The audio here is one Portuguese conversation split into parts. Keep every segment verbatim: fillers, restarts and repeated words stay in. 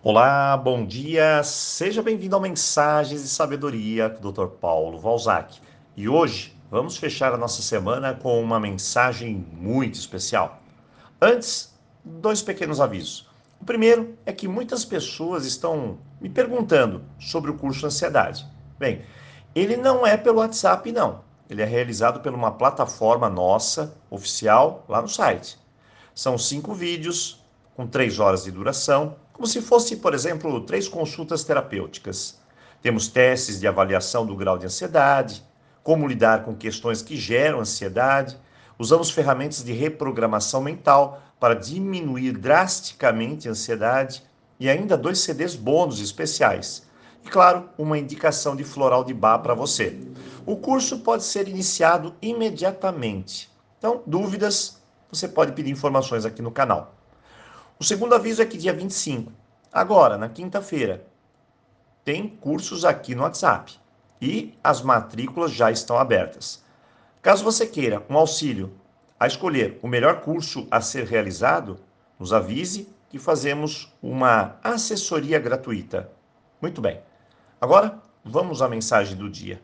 Olá, bom dia, seja bem-vindo ao Mensagens de Sabedoria com o doutor Paulo Valzac. E hoje vamos fechar a nossa semana com uma mensagem muito especial. Antes, dois pequenos avisos. O primeiro é que muitas pessoas estão me perguntando sobre o curso Ansiedade. Bem, ele não é pelo WhatsApp, não. Ele é realizado por uma plataforma nossa, oficial, lá no site. São cinco vídeos com três horas de duração, como se fosse, por exemplo, três consultas terapêuticas. Temos testes de avaliação do grau de ansiedade, como lidar com questões que geram ansiedade. Usamos ferramentas de reprogramação mental para diminuir drasticamente a ansiedade e ainda dois C Ds bônus especiais. E claro, uma indicação de floral de bar para você. O curso pode ser iniciado imediatamente. Então, dúvidas, você pode pedir informações aqui no canal. O segundo aviso é que dia vinte e cinco, agora, na quinta-feira, tem cursos aqui no WhatsApp e as matrículas já estão abertas. Caso você queira um auxílio a escolher o melhor curso a ser realizado, nos avise que fazemos uma assessoria gratuita. Muito bem. Agora, vamos à mensagem do dia.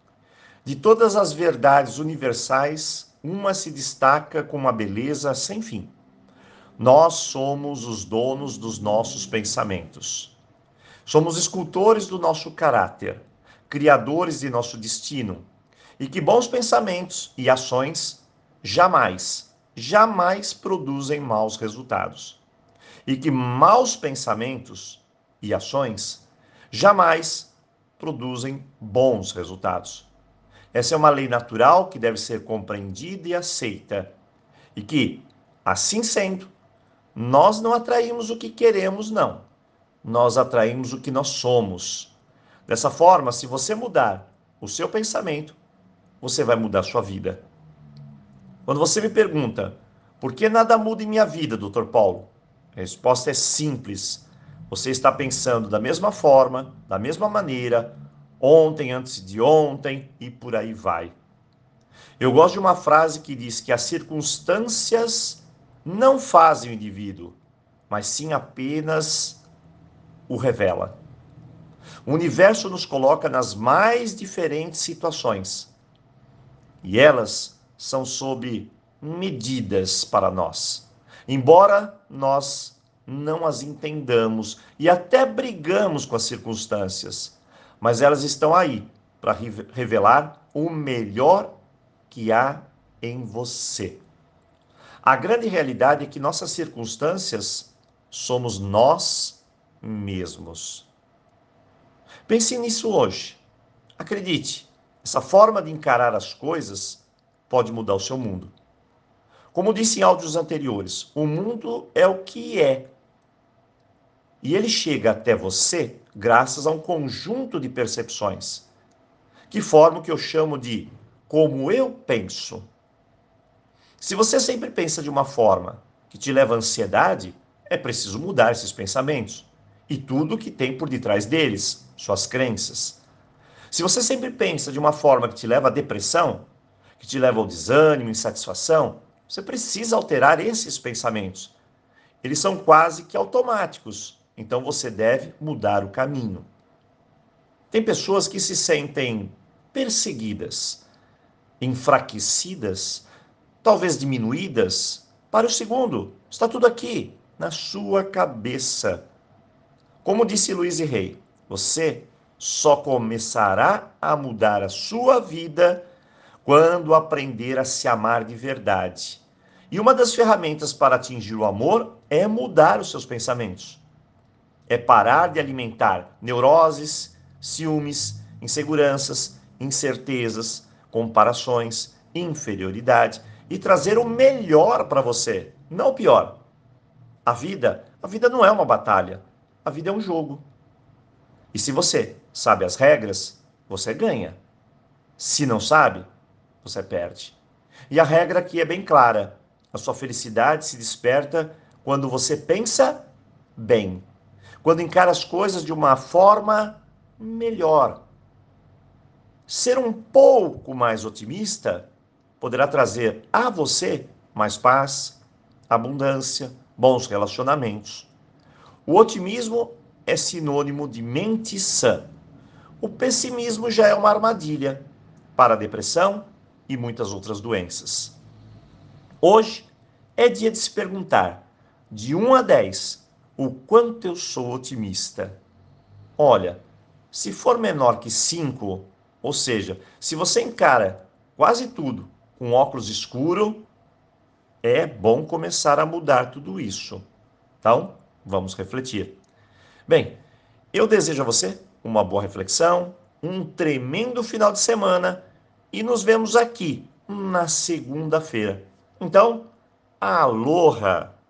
De todas as verdades universais, uma se destaca com uma beleza sem fim. Nós somos os donos dos nossos pensamentos. Somos escultores do nosso caráter, criadores de nosso destino. E que bons pensamentos e ações jamais, jamais produzem maus resultados. E que maus pensamentos e ações jamais produzem bons resultados. Essa é uma lei natural que deve ser compreendida e aceita. E que, assim sendo, nós não atraímos o que queremos, não. Nós atraímos o que nós somos. Dessa forma, se você mudar o seu pensamento, você vai mudar a sua vida. Quando você me pergunta, por que nada muda em minha vida, doutor Paulo? A resposta é simples. Você está pensando da mesma forma, da mesma maneira, ontem, antes de ontem e por aí vai. Eu gosto de uma frase que diz que as circunstâncias não fazem o indivíduo, mas sim apenas o revela. O universo nos coloca nas mais diferentes situações e elas são sob medidas para nós. Embora nós não as entendamos e até brigamos com as circunstâncias, mas elas estão aí para revelar o melhor que há em você. A grande realidade é que nossas circunstâncias somos nós mesmos. Pense nisso hoje. Acredite, essa forma de encarar as coisas pode mudar o seu mundo. Como disse em áudios anteriores, o mundo é o que é. E ele chega até você graças a um conjunto de percepções, que forma o que eu chamo de como eu penso. Se você sempre pensa de uma forma que te leva à ansiedade, é preciso mudar esses pensamentos e tudo o que tem por detrás deles, suas crenças. Se você sempre pensa de uma forma que te leva à depressão, que te leva ao desânimo, insatisfação, você precisa alterar esses pensamentos. Eles são quase que automáticos, então você deve mudar o caminho. Tem pessoas que se sentem perseguidas, enfraquecidas, talvez diminuídas. Para o segundo, está tudo aqui, na sua cabeça. Como disse Luiz e Rei, você só começará a mudar a sua vida quando aprender a se amar de verdade. E uma das ferramentas para atingir o amor é mudar os seus pensamentos. É parar de alimentar neuroses, ciúmes, inseguranças, incertezas, comparações, inferioridade e trazer o melhor para você, não o pior. A vida, a vida não é uma batalha, a vida é um jogo. E se você sabe as regras, você ganha. Se não sabe, você perde. E a regra aqui é bem clara. A sua felicidade se desperta quando você pensa bem, quando encara as coisas de uma forma melhor. Ser um pouco mais otimista poderá trazer a você mais paz, abundância, bons relacionamentos. O otimismo é sinônimo de mente sã. O pessimismo já é uma armadilha para a depressão e muitas outras doenças. Hoje é dia de se perguntar, de um a dez, o quanto eu sou otimista. Olha, se for menor que cinco, ou seja, se você encara quase tudo com óculos escuro, é bom começar a mudar tudo isso. Então, vamos refletir. Bem, eu desejo a você uma boa reflexão, um tremendo final de semana e nos vemos aqui na segunda-feira. Então, aloha!